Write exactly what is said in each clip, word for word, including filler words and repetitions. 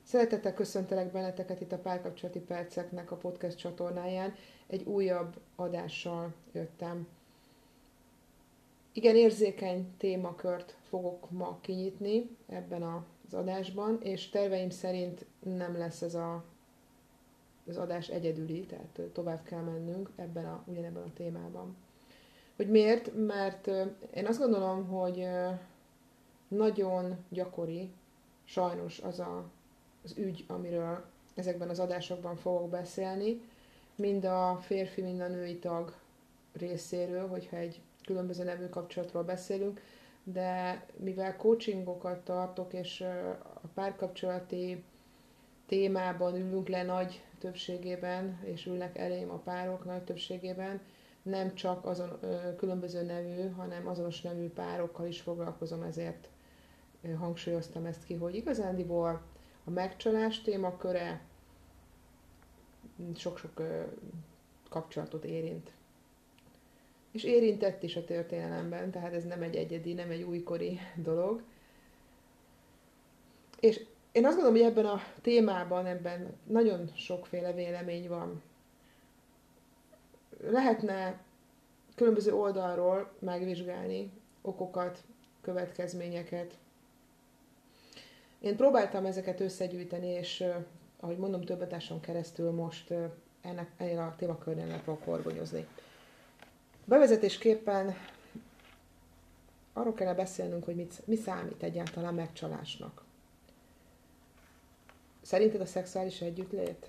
Szeretettel köszöntelek benneteket itt a Párkapcsolati Perceknek a podcast csatornáján. Egy újabb adással jöttem. Igen, érzékeny témakört fogok ma kinyitni ebben az adásban, és terveim szerint nem lesz ez a, az adás egyedüli, tehát tovább kell mennünk ebben a, ugyanebben a témában. Hogy miért? Mert én azt gondolom, hogy nagyon gyakori, sajnos az a az ügy, amiről ezekben az adásokban fogok beszélni, mind a férfi, mind a női tag részéről, hogyha egy különböző nevű kapcsolatról beszélünk, de mivel coachingokat tartok, és a párkapcsolati témában ülünk le nagy többségében, és ülnek elém a párok nagy többségében, nem csak azon különböző nevű, hanem azonos nevű párokkal is foglalkozom, ezért hangsúlyoztam ezt ki, hogy igazándiból a megcsalás témaköre sok-sok kapcsolatot érint. És érintett is a történelemben, tehát ez nem egy egyedi, nem egy újkori dolog. És én azt gondolom, hogy ebben a témában, ebben nagyon sokféle vélemény van. Lehetne különböző oldalról megvizsgálni okokat, következményeket. Én próbáltam ezeket összegyűjteni, és ahogy mondom, több adáson keresztül most ennek, ennél a témakörnél le fogok horgonyozni. Bevezetésképpen arról kellene beszélnünk, hogy mit, mi számít egyáltalán megcsalásnak. Szerinted a szexuális együttlét?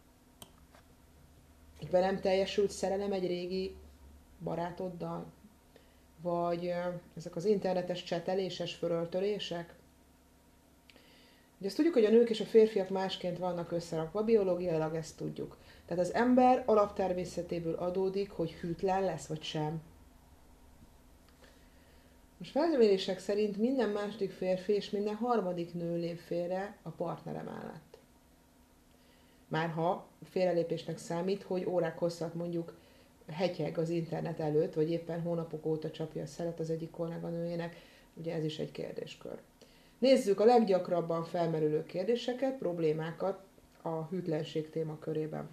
Egy be nem teljesült szerelem egy régi barátoddal? Vagy ezek az internetes cseteléses fölöltörések? Ugye azt tudjuk, hogy a nők és a férfiak másként vannak összerakva, biológiailag ezt tudjuk. Tehát az ember alaptermészetéből adódik, hogy hűtlen lesz, vagy sem. Most felmérések szerint minden második férfi és minden harmadik nő lép félre a partnere mellett. Márha félrelépésnek számít, hogy órák hosszat mondjuk hetyeg az internet előtt, vagy éppen hónapok óta csapja a szelet az egyik kolléganőjének, ugye ez is egy kérdéskör. Nézzük a leggyakrabban felmerülő kérdéseket, problémákat a hűtlenség témakörében.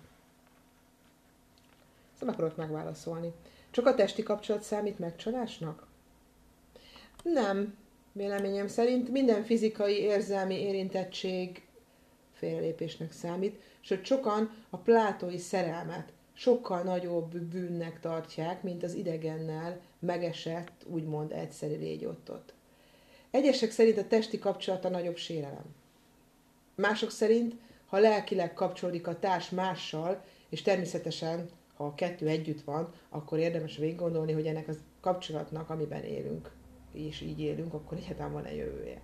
Ezt nem akarok megválaszolni. Csak a testi kapcsolat számít megcsalásnak? Nem. Véleményem szerint minden fizikai, érzelmi érintettség félrelépésnek számít, sőt sokan a plátói szerelmet sokkal nagyobb bűnnek tartják, mint az idegennel megesett, úgymond egyszeri légyottot. Egyesek szerint a testi kapcsolat a nagyobb sérelem. Mások szerint, ha lelkileg kapcsolódik a társ mással, és természetesen, ha a kettő együtt van, akkor érdemes végiggondolni, hogy ennek a kapcsolatnak, amiben élünk, és így élünk, akkor egyáltalán van-e jövője.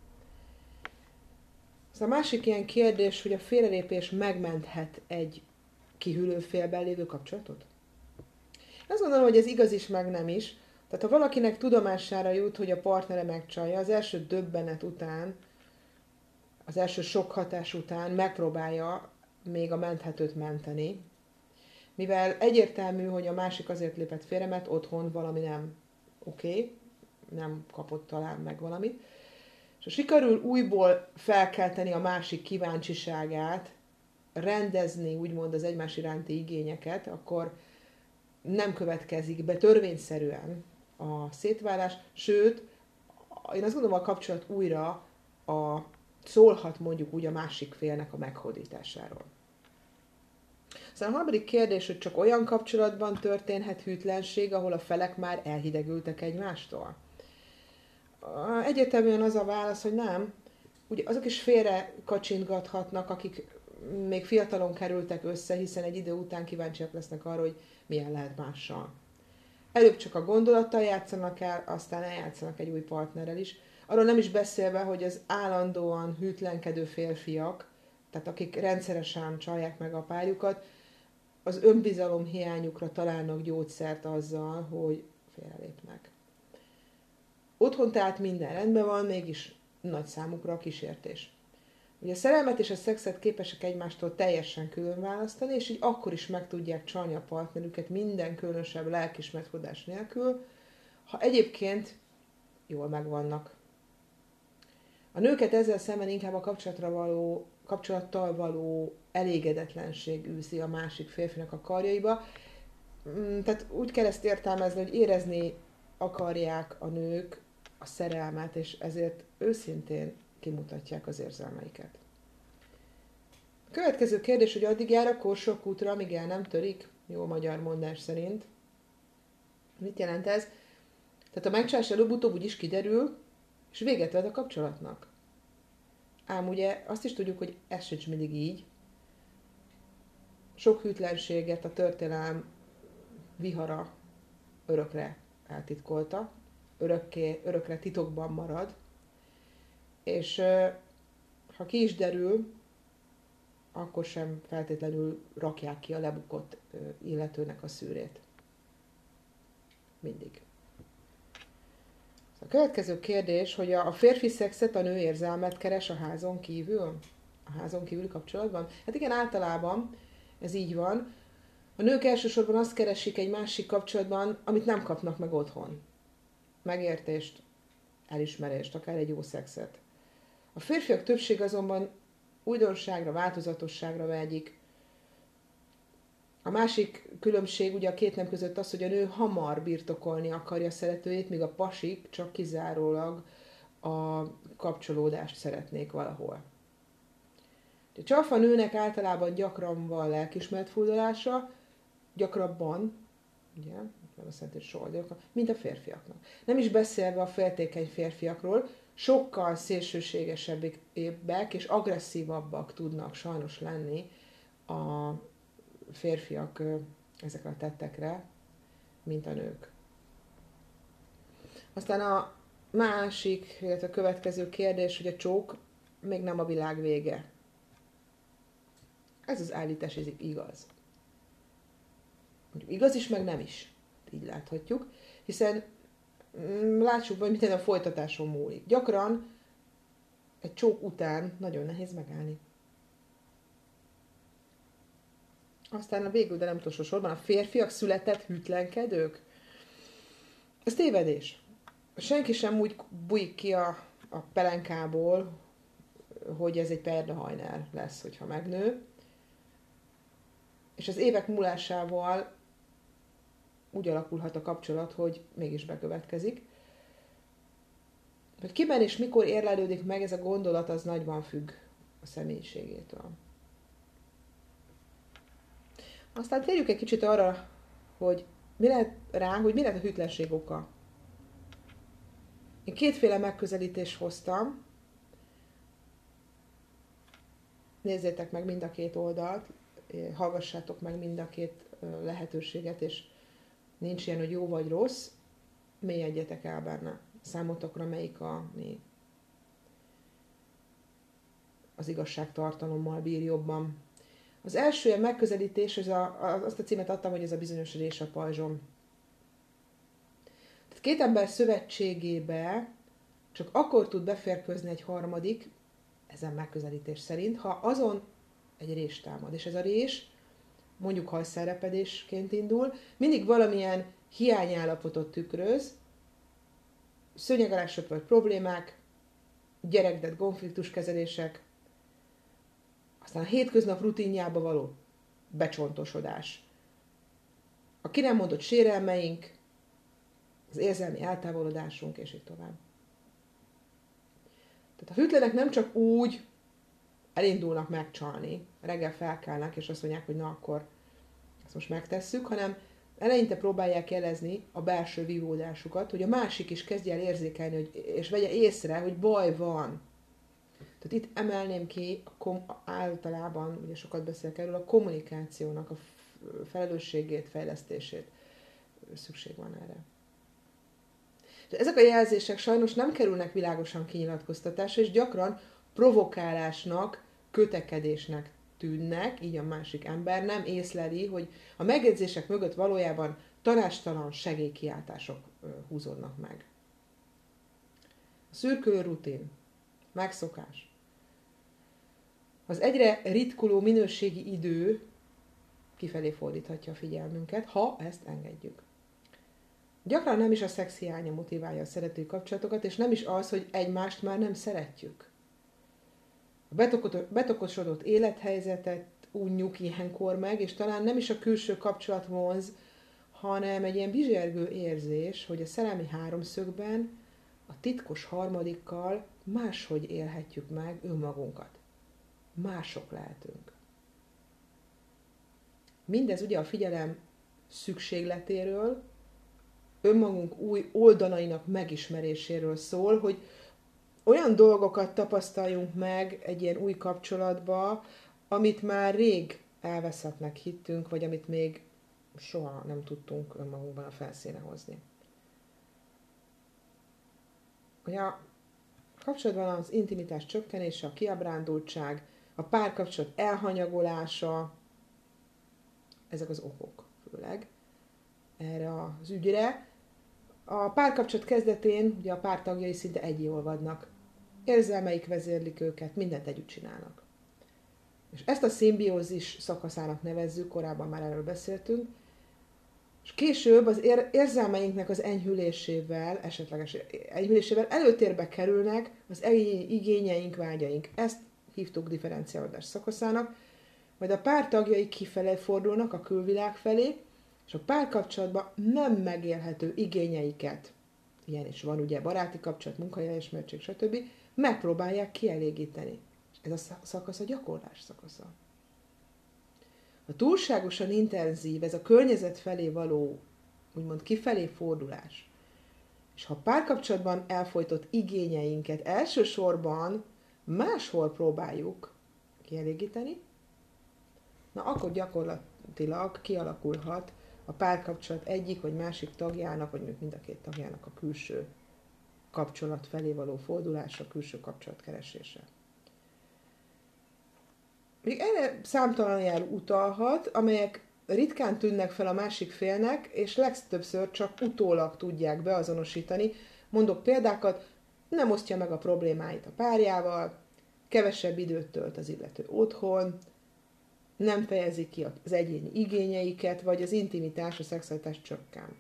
Szóval a másik ilyen kérdés, hogy a félrelépés megmenthet egy kihűlő félben lévő kapcsolatot? Azt gondolom, hogy ez igaz is, meg nem is. Tehát ha valakinek tudomására jut, hogy a partnere megcsalja, az első döbbenet után, az első sok hatás után megpróbálja még a menthetőt menteni, mivel egyértelmű, hogy a másik azért lépett félre, mert otthon valami nem oké, okay, nem kapott talán meg valamit, és ha sikerül újból felkelteni a másik kíváncsiságát, rendezni úgymond az egymás iránti igényeket, akkor nem következik be törvényszerűen a szétválás, sőt, én azt gondolom, a kapcsolat újra a, szólhat mondjuk úgy a másik félnek a meghódításáról. Aztán a harmadik kérdés, hogy csak olyan kapcsolatban történhet hűtlenség, ahol a felek már elhidegültek egymástól? Egyértelműen az a válasz, hogy nem. Ugye azok is félre kacsintgathatnak, akik még fiatalon kerültek össze, hiszen egy idő után kíváncsiak lesznek arra, hogy milyen lehet mással. Előbb csak a gondolattal játszanak el, aztán eljátszanak egy új partnerrel is. Arról nem is beszélve, hogy az állandóan hűtlenkedő férfiak, tehát akik rendszeresen csalják meg a párjukat, az önbizalom hiányukra találnak gyógyszert azzal, hogy félrelépnek. Otthon tehát minden rendben van, mégis nagy számukra a kísértés. Ugye a szerelmet és a szexet képesek egymástól teljesen külön választani, és így akkor is meg tudják csalni a partnerüket minden különösebb lelkismertkodás nélkül, ha egyébként jól megvannak. A nőket ezzel szemben inkább a kapcsolatra való, kapcsolattal való elégedetlenség űzi a másik férfinak a karjaiba. Tehát úgy kell ezt értelmezni, hogy érezni akarják a nők a szerelmet, és ezért őszintén kimutatják az érzelmeiket. A következő kérdés, hogy addig jár a korsó útra, amíg el nem törik, jó magyar mondás szerint. Mit jelent ez? Tehát a megcsalás előbb-utóbb úgyis kiderül, és véget vet a kapcsolatnak. Ám ugye azt is tudjuk, hogy ez sincs mindig így. Sok hűtlenséget a történelem vihara örökre eltitkolta, örökké, örökre titokban marad, és ha ki is derül, akkor sem feltétlenül rakják ki a lebukott illetőnek a szűrét. Mindig. A következő kérdés, hogy a férfi szexet a nő érzelmet keres a házon kívül? A házon kívüli kapcsolatban? Hát igen, általában ez így van. A nők elsősorban azt keresik egy másik kapcsolatban, amit nem kapnak meg otthon. Megértést, elismerést, akár egy jó szexet. A férfiak többség azonban újdonságra, változatosságra vágyik. A másik különbség ugye a két nem között az, hogy a nő hamar birtokolni akarja a szeretőjét, míg a pasik csak kizárólag a kapcsolódást szeretnék valahol. A csalfa nőnek általában gyakran van lelkismert furdalása, gyakrabban, ugye, nem azt jelenti, hogy soha gyakran, mint a férfiaknak. Nem is beszélve a féltékeny férfiakról, sokkal szélsőségesebbek és agresszívabbak tudnak sajnos lenni a férfiak ezekre a tettekre, mint a nők. Aztán a másik, illetve a következő kérdés, hogy a csók még nem a világ vége. Ez az állítás, ez igaz. Igaz is, meg nem is. Így láthatjuk. Hiszen látsuk, hogy minden a folytatáson múlik. Gyakran egy csók után nagyon nehéz megállni. Aztán a végül, de nem utolsó sorban, a férfiak született hűtlenkedők. Ez tévedés. Senki sem úgy bújik ki a, a pelenkából, hogy ez egy perdahajnál lesz, hogyha megnő. És az évek múlásával úgy alakulhat a kapcsolat, hogy mégis bekövetkezik. Hogy kiben és mikor érlelődik meg ez a gondolat, az nagyban függ a személyiségétől. Aztán térjük egy kicsit arra, hogy mi lehet rá, hogy mi lehet a hűtlenség oka. Én kétféle megközelítést hoztam. Nézzétek meg mind a két oldalt, hallgassátok meg mind a két lehetőséget, és nincs ilyen, hogy jó vagy rossz, mélyedjetek el benne. Számotokra melyik a, mi az igazságtartalommal bír jobban. Az első ilyen megközelítés, az a, azt a címet adtam, hogy ez a bizonyos rés a pajzsom. Tehát két ember szövetségébe csak akkor tud beférkőzni egy harmadik, ezen megközelítés szerint, ha azon egy rés támad. És ez a rés mondjuk hajszálrepedésként indul, mindig valamilyen hiányállapotot tükröz, szőnyeg alá söpört problémák, gyerekdett konfliktuskezelések, aztán a hétköznap rutinjába való becsontosodás. A ki nem mondott sérelmeink, az érzelmi eltávolodásunk, és így tovább. Tehát a hűtlenek nem csak úgy elindulnak megcsalni, reggel felkelnek, és azt mondják, hogy na akkor ezt most megtesszük, hanem eleinte próbálják jelezni a belső vívódásukat, hogy a másik is kezdje el érzékelni, hogy, és vegye észre, hogy baj van. Tehát itt emelném ki a kom- általában, ugye sokat beszélek erről, a kommunikációnak a felelősségét, fejlesztését. Szükség van erre. De ezek a jelzések sajnos nem kerülnek világosan kinyilatkoztatásra, és gyakran provokálásnak, kötekedésnek tűnnek, így a másik ember nem észleli, hogy a megjegyzések mögött valójában tanácstalan segélykiáltások húzódnak meg. A szürkülő rutin, megszokás. Az egyre ritkuló minőségi idő kifelé fordíthatja a figyelmünket, ha ezt engedjük. Gyakran nem is a szex hiánya motiválja a szeretői kapcsolatokat, és nem is az, hogy egymást már nem szeretjük. A betokosodott élethelyzetet unjuk ilyenkor meg, és talán nem is a külső kapcsolat vonz, hanem egy ilyen bizsergő érzés, hogy a szerelmi háromszögben a titkos harmadikkal máshogy élhetjük meg önmagunkat. Mások lehetünk. Mindez ugye a figyelem szükségletéről, önmagunk új oldalainak megismeréséről szól, hogy olyan dolgokat tapasztaljunk meg egy ilyen új kapcsolatba, amit már rég elveszettnek hittünk, vagy amit még soha nem tudtunk önmagunkban a felszínre hozni. Ugye a kapcsolatban az intimitás csökkenése, a kiábrándultság, a párkapcsolat elhanyagolása, ezek az okok főleg erre az ügyre. A párkapcsolat kezdetén ugye a pártagjai szinte egyé olvadnak. Érzelmeik vezérlik őket, mindent együtt csinálnak. És ezt a szimbiózis szakaszának nevezzük, korábban már erről beszéltünk, és később az ér- érzelmeinknek az enyhülésével, esetleges enyhülésével előtérbe kerülnek az egyéni igényeink, vágyaink. Ezt hívtuk differenciálódás szakaszának, majd a pártagjai kifelé fordulnak a külvilág felé, és a párkapcsolatban nem megélhető igényeiket, ilyen is van ugye baráti kapcsolat, munkahelyi ismertség, stb., megpróbálják kielégíteni. Ez a szakasz a gyakorlás szakasza. A túlságosan intenzív, ez a környezet felé való, úgymond kifelé fordulás, és ha párkapcsolatban elfojtott igényeinket elsősorban máshol próbáljuk kielégíteni, na akkor gyakorlatilag kialakulhat a párkapcsolat egyik vagy másik tagjának, vagy mondjuk mind a két tagjának a külső kapcsolat felé való fordulása, külső kapcsolat keresése. Még erre számtalan jel utalhat, amelyek ritkán tűnnek fel a másik félnek, és legtöbbször csak utólag tudják beazonosítani. Mondok példákat, nem osztja meg a problémáit a párjával, kevesebb időt tölt az illető otthon, nem fejezik ki az egyéni igényeiket, vagy az intimitás, a szexualitás csökken.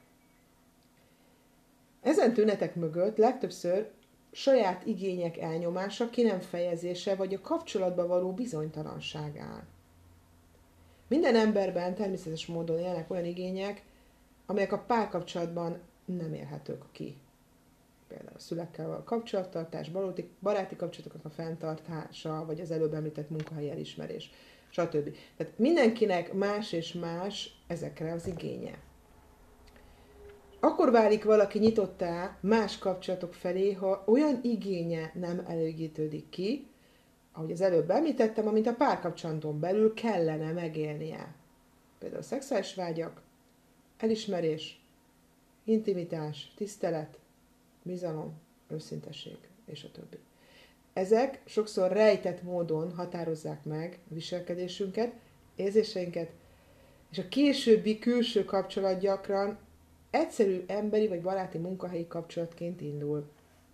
Ezen tünetek mögött legtöbbször saját igények elnyomása, ki nem fejezése, vagy a kapcsolatban való bizonytalanság áll. Minden emberben természetes módon élnek olyan igények, amelyek a párkapcsolatban nem élhetők ki. Például a szülekkel való kapcsolattartás, baráti kapcsolatoknak a fenntartása, vagy az előbb említett munkahelyi elismerés, stb. Tehát mindenkinek más és más ezekre az igénye. Akkor válik valaki nyitottá más kapcsolatok felé, ha olyan igénye nem elégítődik ki, ahogy az előbb említettem, amint a párkapcsolaton belül kellene megélnie. Például szexuális vágyak, elismerés, intimitás, tisztelet, bizalom, őszintesség, és a többi. Ezek sokszor rejtett módon határozzák meg a viselkedésünket, érzéseinket, és a későbbi külső kapcsolat gyakran egyszerű emberi vagy baráti munkahelyi kapcsolatként indul.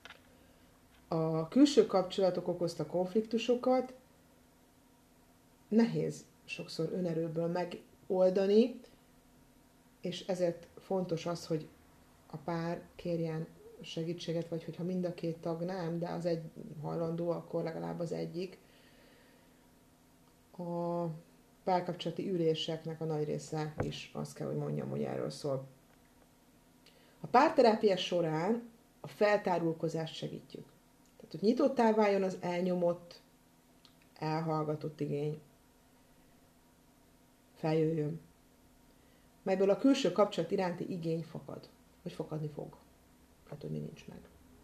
A külső kapcsolatok okozta konfliktusokat nehéz sokszor önerőből megoldani, és ezért fontos az, hogy a pár kérjen segítséget, vagy hogyha mind a két tag nem, de az egy hajlandó, akkor legalább az egyik. A párkapcsolati üléseknek a nagy része is azt kell, hogy mondjam, hogy erről szól. A párterápia során a feltárulkozást segítjük. Tehát, hogy nyitottá váljon az elnyomott, elhallgatott igény. Feljöjjön. Melyből a külső kapcsolat iránti igény fakad. Vagy fakadni fog. Hát, hogy nincs meg.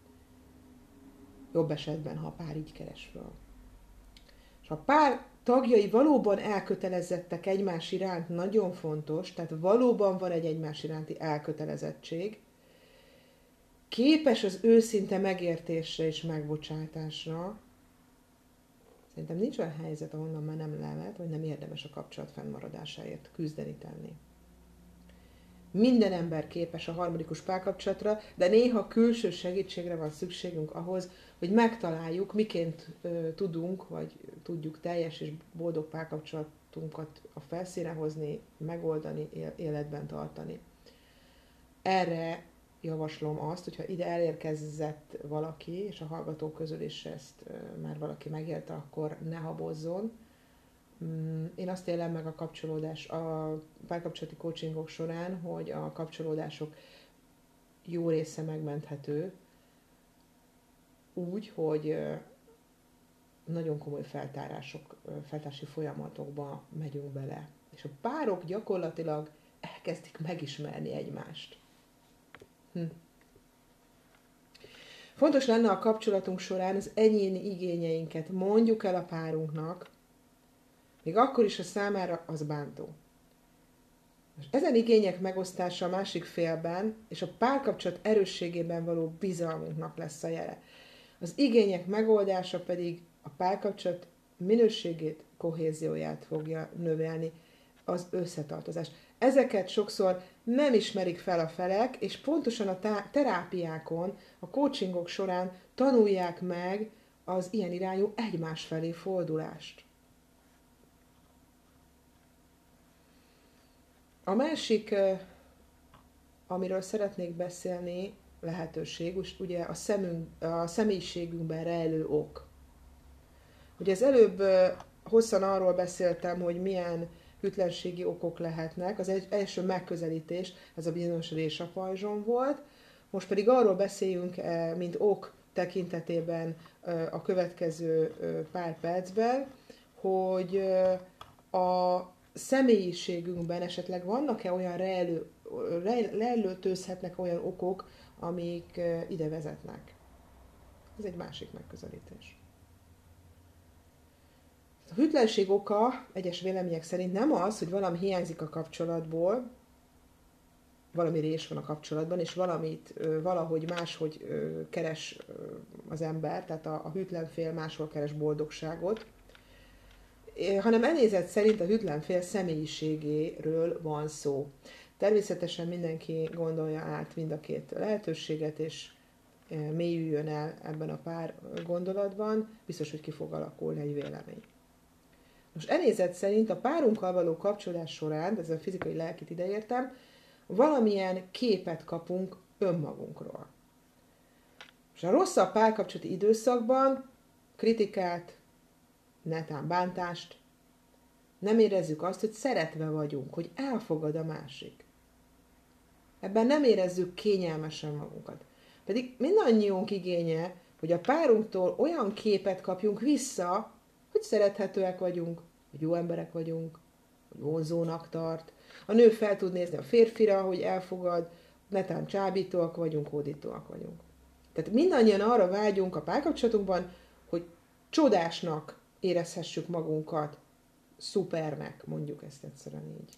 Jobb esetben, ha a pár így keres föl. És ha a pár tagjai valóban elkötelezettek egymás iránt, nagyon fontos, tehát valóban van egy egymás iránti elkötelezettség, képes az őszinte megértésre és megbocsátásra. Szerintem nincs olyan helyzet, ahonnan már nem lehet, vagy nem érdemes a kapcsolat fennmaradásáért küzdeni tenni. Minden ember képes a harmonikus párkapcsolatra, de néha külső segítségre van szükségünk ahhoz, hogy megtaláljuk, miként ö, tudunk, vagy tudjuk teljes és boldog párkapcsolatunkat a felszínre hozni, megoldani, életben tartani. Erre javaslom azt, hogyha ide elérkezett valaki, és a hallgatók közül is ezt már valaki megélte, akkor ne habozzon. Én azt élem meg a kapcsolódás, a párkapcsolati coachingok során, hogy a kapcsolódások jó része megmenthető, úgy, hogy nagyon komoly feltárások, feltárási folyamatokba megyünk bele. És a párok gyakorlatilag elkezdik megismerni egymást. Hm. Fontos lenne a kapcsolatunk során az egyéni igényeinket mondjuk el a párunknak, még akkor is a számára az bántó. Most ezen igények megosztása a másik félben és a párkapcsolat erősségében való bizalmunknak lesz a jele. Az igények megoldása pedig a párkapcsolat minőségét, kohézióját fogja növelni, az összetartozást. Ezeket sokszor nem ismerik fel a felek, és pontosan a terápiákon, a coachingok során tanulják meg az ilyen irányú egymás felé fordulást. A másik, amiről szeretnék beszélni, lehetőség, ugye a, szemünk, a személyiségünkben rejlő ok. Ugye az előbb hosszan arról beszéltem, hogy milyen hűtlenségi okok lehetnek. Az első megközelítés, ez a bizonyos résapajzsom volt. Most pedig arról beszéljünk, mint ok tekintetében a következő pár percben, hogy a személyiségünkben esetleg vannak-e olyan rejlő, rejlőtőzhetnek olyan okok, amik ide vezetnek. Ez egy másik megközelítés. A hűtlenség oka egyes vélemények szerint nem az, hogy valami hiányzik a kapcsolatból, valami rés van a kapcsolatban, és valamit valahogy máshogy keres az ember, tehát a, a hűtlen fél máshol keres boldogságot, hanem enézet szerint a hűtlen fél személyiségéről van szó. Természetesen mindenki gondolja át mind a két lehetőséget, és mélyüljön el ebben a pár gondolatban, biztos, hogy ki fog alakulni egy vélemény. Most enézet szerint a párunkkal való kapcsolás során, ez a fizikai lelkit ideértem, valamilyen képet kapunk önmagunkról. És a rosszabb párkapcsolati időszakban kritikát, netán bántást, nem érezzük azt, hogy szeretve vagyunk, hogy elfogad a másik. Ebben nem érezzük kényelmesen magunkat. Pedig mindannyiunk igénye, hogy a párunktól olyan képet kapjunk vissza, hogy szerethetőek vagyunk, hogy jó emberek vagyunk, hogy vonzónak tart. A nő fel tud nézni a férfira, hogy elfogad, netán csábítóak vagyunk, hódítóak vagyunk. Tehát mindannyian arra vágyunk a párkapcsolatunkban, hogy csodásnak érezhessük magunkat, szupernek, mondjuk ezt egyszerűen így.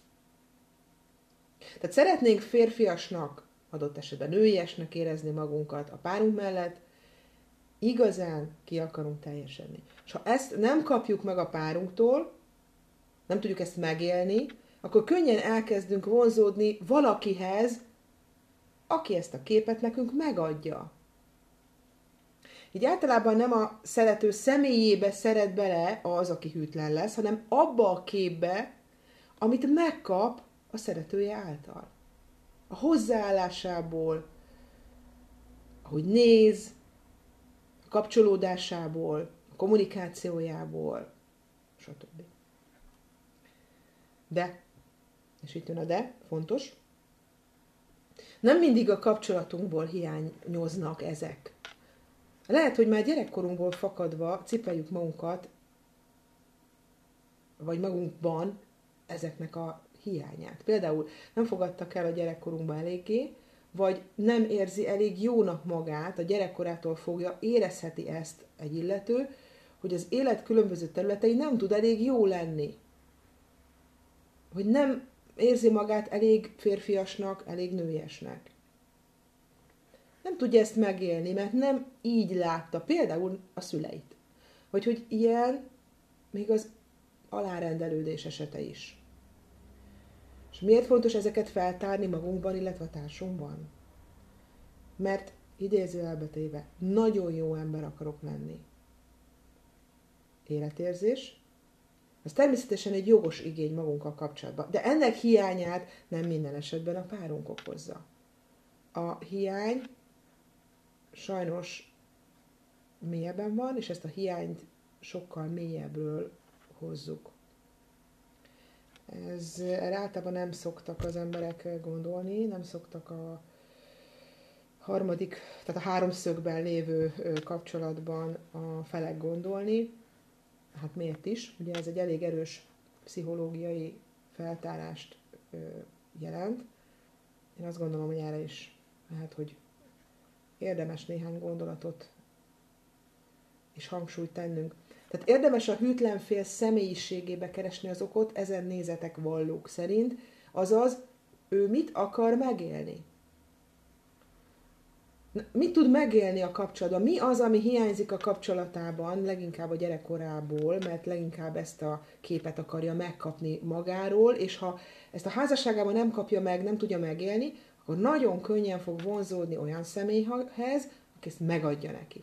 Tehát szeretnénk férfiasnak, adott esetben nőiesnek érezni magunkat a párunk mellett, igazán ki akarunk teljesedni. És ha ezt nem kapjuk meg a párunktól, nem tudjuk ezt megélni, akkor könnyen elkezdünk vonzódni valakihez, aki ezt a képet nekünk megadja. Így általában nem a szerető személyébe szeret bele az, aki hűtlen lesz, hanem abba a képbe, amit megkap a szeretője által. A hozzáállásából, ahogy néz, a kapcsolódásából, a kommunikációjából, stb. De, és itt jön a de, fontos, nem mindig a kapcsolatunkból hiányoznak ezek. Lehet, hogy már gyerekkorunkból fakadva cipeljük magunkat, vagy magunkban ezeknek a hiányát. Például nem fogadtak el a gyerekkorunkban eléggé, vagy nem érzi elég jónak magát, a gyerekkorától fogja, érezheti ezt egy illető, hogy az élet különböző területei nem tud elég jó lenni. Hogy nem érzi magát elég férfiasnak, elég nőiesnek. Nem tudja ezt megélni, mert nem így látta például a szüleit. Vagy hogy ilyen még az alárendelődés esete is. És miért fontos ezeket feltárni magunkban, illetve a társunkban? Mert idézőjelbe téve, nagyon jó ember akarok lenni. Életérzés, ez természetesen egy jogos igény magunkkal kapcsolatban, de ennek hiányát nem minden esetben a párunk okozza. a hiány sajnos mélyebben van, és ezt a hiányt sokkal mélyebbről hozzuk. Ez, erre általában nem szoktak az emberek gondolni, nem szoktak a harmadik, tehát a háromszögben lévő kapcsolatban a felek gondolni. Hát miért is? Ugye ez egy elég erős pszichológiai feltárást jelent. Én azt gondolom, hogy erre is lehet, hogy érdemes néhány gondolatot és hangsúlyt tennünk. Tehát érdemes a hűtlen fél személyiségébe keresni az okot ezen nézetek vallók szerint, azaz ő mit akar megélni. Mit tud megélni a kapcsolatban? Mi az, ami hiányzik a kapcsolatában, leginkább a gyerekkorából, mert leginkább ezt a képet akarja megkapni magáról, és ha ezt a házasságában nem kapja meg, nem tudja megélni, akkor nagyon könnyen fog vonzódni olyan személyhez, aki ezt megadja neki.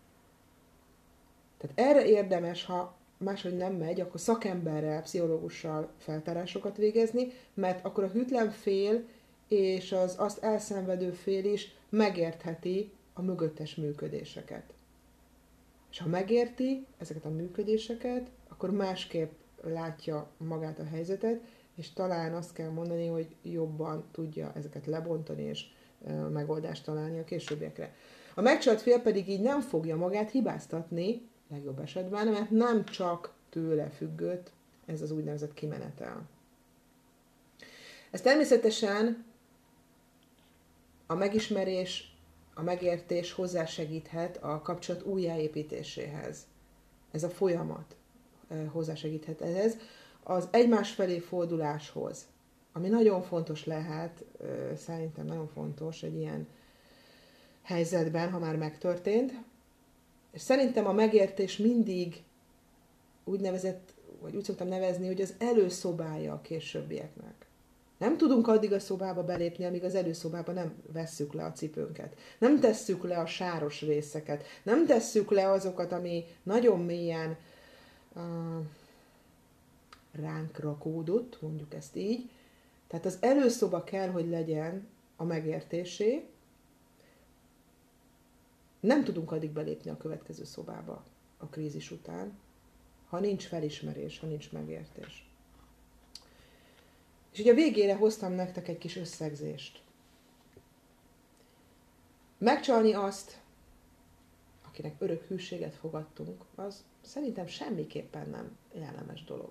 Tehát erre érdemes, ha máshogy nem megy, akkor szakemberrel, pszichológussal feltárásokat végezni, mert akkor a hűtlen fél és az azt elszenvedő fél is megértheti a mögöttes működéseket. És ha megérti ezeket a működéseket, akkor másképp látja magát a helyzetet, és talán azt kell mondani, hogy jobban tudja ezeket lebontani és megoldást találni a későbbiekre. A megcsalt fél pedig így nem fogja magát hibáztatni, legjobb esetben, mert nem csak tőle függött ez az úgynevezett kimenetel. Ez természetesen a megismerés, a megértés hozzásegíthet a kapcsolat újjáépítéséhez. Ez a folyamat hozzásegíthet ehhez. Az egymás felé forduláshoz, ami nagyon fontos lehet, szerintem nagyon fontos egy ilyen helyzetben, ha már megtörtént. És szerintem a megértés mindig úgynevezett, vagy úgy szoktam nevezni, hogy az előszobája a későbbieknek. Nem tudunk addig a szobába belépni, amíg az előszobába nem vesszük le a cipőnket. Nem tesszük le a sáros részeket. Nem tesszük le azokat, ami nagyon mélyen uh, ránk rakódott, mondjuk ezt így. Tehát az előszoba kell, hogy legyen a megértésé. Nem tudunk addig belépni a következő szobába a krízis után, ha nincs felismerés, ha nincs megértés. És ugye a végére hoztam nektek egy kis összegzést. Megcsalni azt, akinek örök hűséget fogadtunk, az szerintem semmiképpen nem jellemes dolog.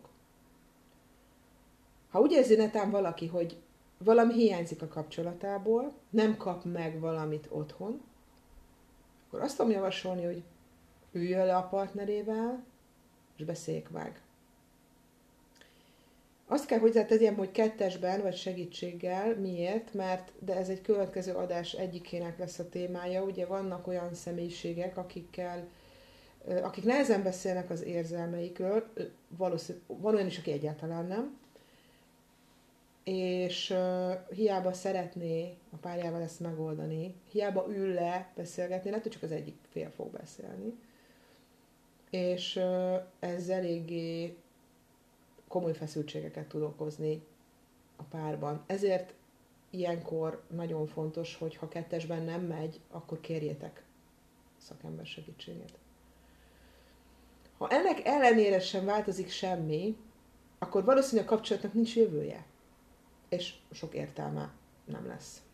Ha úgy érzi netán valaki, hogy valami hiányzik a kapcsolatából, nem kap meg valamit otthon, akkor azt tudom javasolni, hogy üljön le a partnerével, és beszéljék meg. Azt kell hozzátegyem, hogy kettesben, vagy segítséggel. Miért? Mert, de ez egy következő adás egyikének lesz a témája. Ugye vannak olyan személyiségek, akikkel, akik nehezen beszélnek az érzelmeikről, valószínűleg van olyan is, aki egyáltalán nem, és uh, hiába szeretné a párjával ezt megoldani, hiába ül le beszélgetni, lehet, hogy csak az egyik fél fog beszélni, és uh, ez eléggé komoly feszültségeket tud okozni a párban. Ezért ilyenkor nagyon fontos, hogy ha kettesben nem megy, akkor kérjétek szakember segítségét. Ha ennek ellenére sem változik semmi, akkor valószínűleg a kapcsolatnak nincs jövője, és sok értelme nem lesz.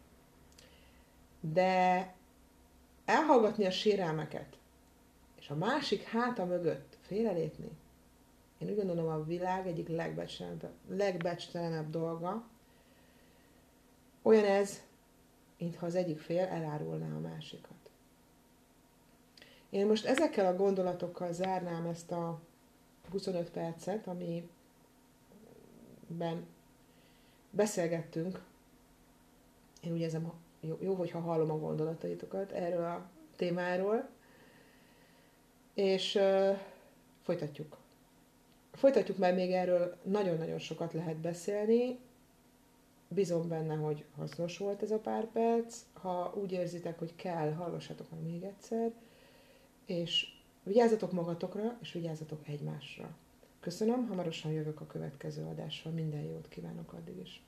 De elhallgatni a sérelmeket, és a másik háta mögött félrelépni, én úgy gondolom, a világ egyik legbecstelenebb, legbecstelenebb dolga, olyan ez, mintha az egyik fél elárulná a másikat. Én most ezekkel a gondolatokkal zárnám ezt a huszonöt percet, amiben beszélgettünk. Én úgy érzem, jó, jó, hogyha hallom a gondolataitokat erről a témáról, és uh, folytatjuk. Folytatjuk, mert még erről nagyon-nagyon sokat lehet beszélni. Bízom benne, hogy hasznos volt ez a pár perc. Ha úgy érzitek, hogy kell, hallgassatok meg még egyszer, és vigyázzatok magatokra, és vigyázzatok egymásra. Köszönöm, hamarosan jövök a következő adással. Minden jót kívánok addig is.